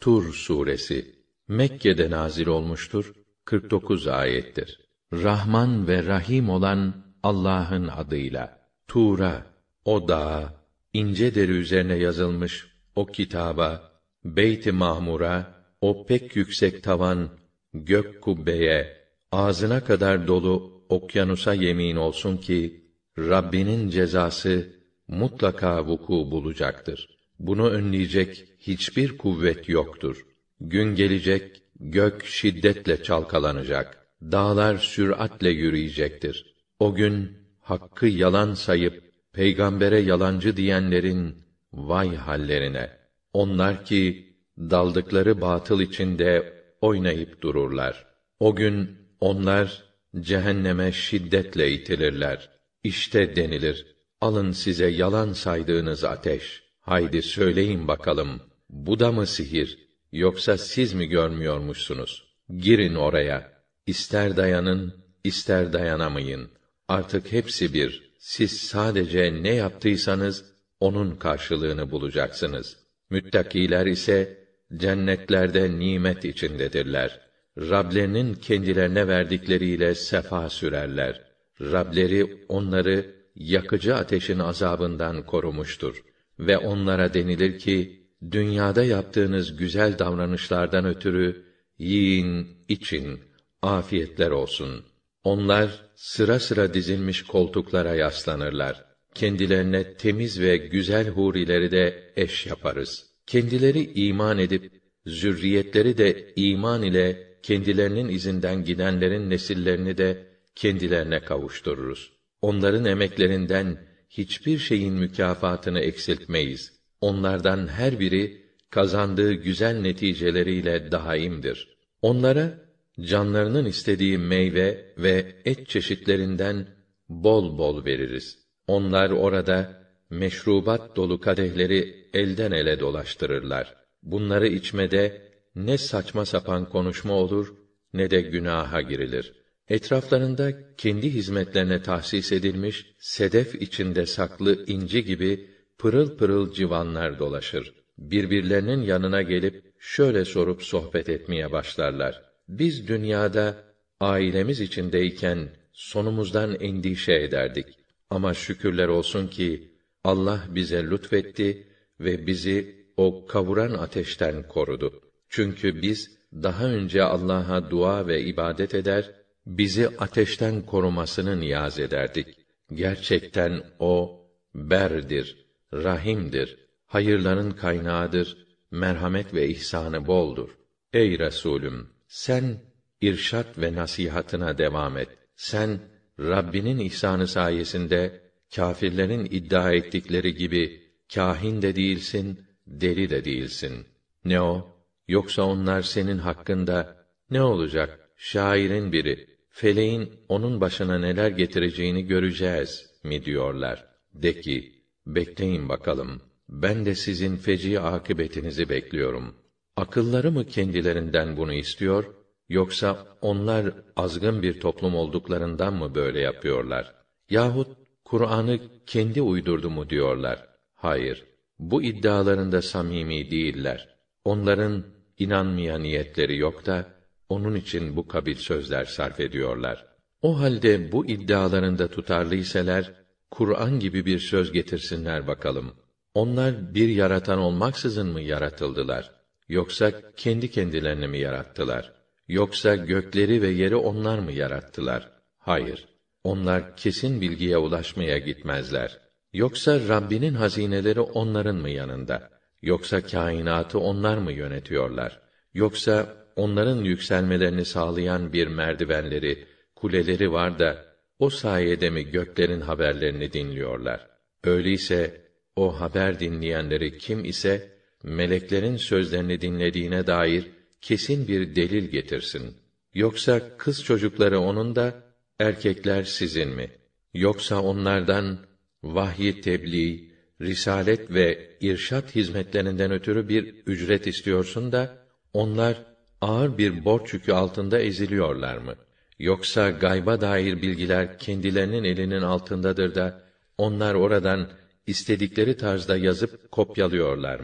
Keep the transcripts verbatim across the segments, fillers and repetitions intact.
Tur suresi Mekke'de nazil olmuştur. kırk dokuz ayettir. Rahman ve Rahim olan Allah'ın adıyla. Tur'a, o dağa, ince deri üzerine yazılmış o kitaba, Beyt-i Mamur'a, o pek yüksek tavan, gök kubbeye, ağzına kadar dolu okyanusa yemin olsun ki, Rabbinin cezası mutlaka vuku bulacaktır. Bunu önleyecek hiçbir kuvvet yoktur. Gün gelecek, gök şiddetle çalkalanacak, dağlar süratle yürüyecektir. O gün, hakkı yalan sayıp, peygambere yalancı diyenlerin, vay hallerine! Onlar ki, daldıkları batıl içinde oynayıp dururlar. O gün, onlar, cehenneme şiddetle itilirler. İşte denilir, alın size yalan saydığınız ateş. Haydi söyleyin bakalım, bu da mı sihir, yoksa siz mi görmüyormuşsunuz? Girin oraya, ister dayanın, ister dayanamayın. Artık hepsi bir, siz sadece ne yaptıysanız, onun karşılığını bulacaksınız. Müttakiler ise, cennetlerde nimet içindedirler. Rablerinin kendilerine verdikleriyle sefa sürerler. Rableri onları, yakıcı ateşin azabından korumuştur. Ve onlara denilir ki, dünyada yaptığınız güzel davranışlardan ötürü, yiyin, için, afiyetler olsun. Onlar, sıra sıra dizilmiş koltuklara yaslanırlar. Kendilerine temiz ve güzel hurileri de eş yaparız. Kendileri iman edip, zürriyetleri de iman ile, kendilerinin izinden gidenlerin nesillerini de, kendilerine kavuştururuz. Onların emeklerinden, hiçbir şeyin mükafatını eksiltmeyiz. Onlardan her biri, kazandığı güzel neticeleriyle daimdir. Onlara, canlarının istediği meyve ve et çeşitlerinden bol bol veririz. Onlar orada, meşrubat dolu kadehleri elden ele dolaştırırlar. Bunları içmede, ne saçma sapan konuşma olur, ne de günaha girilir. Etraflarında kendi hizmetlerine tahsis edilmiş, sedef içinde saklı inci gibi pırıl pırıl civanlar dolaşır. Birbirlerinin yanına gelip şöyle sorup sohbet etmeye başlarlar. Biz dünyada ailemiz içindeyken sonumuzdan endişe ederdik. Ama şükürler olsun ki Allah bize lütfetti ve bizi o kavuran ateşten korudu. Çünkü biz daha önce Allah'a dua ve ibadet eder, bizi ateşten korumasını niyaz ederdik. Gerçekten o berdir, rahimdir, hayırların kaynağıdır, merhamet ve ihsanı boldur. Ey Resulüm, sen irşad ve nasihatına devam et. Sen Rabbinin ihsanı sayesinde kâfirlerin iddia ettikleri gibi kâhin de değilsin, deli de değilsin. Ne o? Yoksa onlar senin hakkında ne olacak? Şairin biri, feleğin onun başına neler getireceğini göreceğiz mi diyorlar. De ki, bekleyin bakalım. Ben de sizin feci akıbetinizi bekliyorum. Akılları mı kendilerinden bunu istiyor, yoksa onlar azgın bir toplum olduklarından mı böyle yapıyorlar? Yahut Kur'an'ı kendi uydurdu mu diyorlar? Hayır, bu iddialarında samimi değiller. Onların inanmaya niyetleri yok da, onun için bu kabil sözler sarf ediyorlar. O halde bu iddialarında tutarlıyseler, Kur'an gibi bir söz getirsinler bakalım. Onlar bir yaratan olmaksızın mı yaratıldılar? Yoksa kendi kendilerini mi yarattılar? Yoksa gökleri ve yeri onlar mı yarattılar? Hayır, onlar kesin bilgiye ulaşmaya gitmezler. Yoksa Rabbinin hazineleri onların mı yanında? Yoksa kainatı onlar mı yönetiyorlar? Yoksa onların yükselmelerini sağlayan bir merdivenleri, kuleleri var da, o sayede mi göklerin haberlerini dinliyorlar? Öyleyse, o haber dinleyenleri kim ise, meleklerin sözlerini dinlediğine dair kesin bir delil getirsin. Yoksa kız çocukları onun da, erkekler sizin mi? Yoksa onlardan, vahyi tebliğ, risalet ve irşad hizmetlerinden ötürü bir ücret istiyorsun da, onlar, ağır bir borç yükü altında eziliyorlar mı? Yoksa gayba dair bilgiler kendilerinin elinin altındadır da, onlar oradan istedikleri tarzda yazıp kopyalıyorlar mı?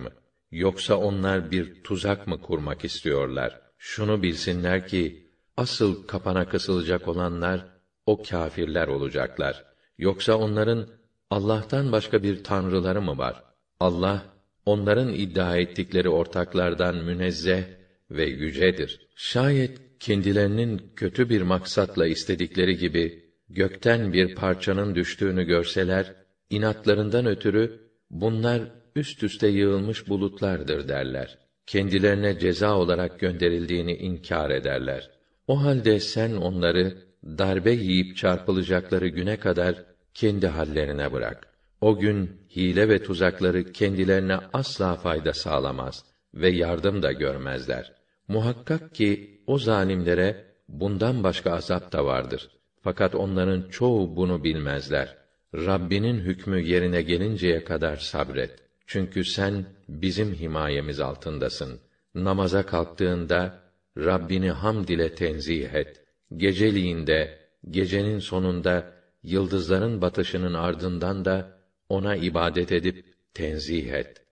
Yoksa onlar bir tuzak mı kurmak istiyorlar? Şunu bilsinler ki, asıl kapana kısılacak olanlar, o kâfirler olacaklar. Yoksa onların, Allah'tan başka bir tanrıları mı var? Allah, onların iddia ettikleri ortaklardan münezzeh ve yücedir. Şayet kendilerinin kötü bir maksatla istedikleri gibi, gökten bir parçanın düştüğünü görseler, inatlarından ötürü, bunlar üst üste yığılmış bulutlardır derler. Kendilerine ceza olarak gönderildiğini inkar ederler. O halde sen onları, darbe yiyip çarpılacakları güne kadar, kendi hallerine bırak. O gün, hile ve tuzakları kendilerine asla fayda sağlamaz ve yardım da görmezler. Muhakkak ki, o zalimlere, bundan başka azap da vardır. Fakat onların çoğu bunu bilmezler. Rabbinin hükmü yerine gelinceye kadar sabret. Çünkü sen, bizim himayemiz altındasın. Namaza kalktığında, Rabbini hamd ile tenzih et. Geceliğinde, gecenin sonunda, yıldızların batışının ardından da, ona ibadet edip, tenzih et.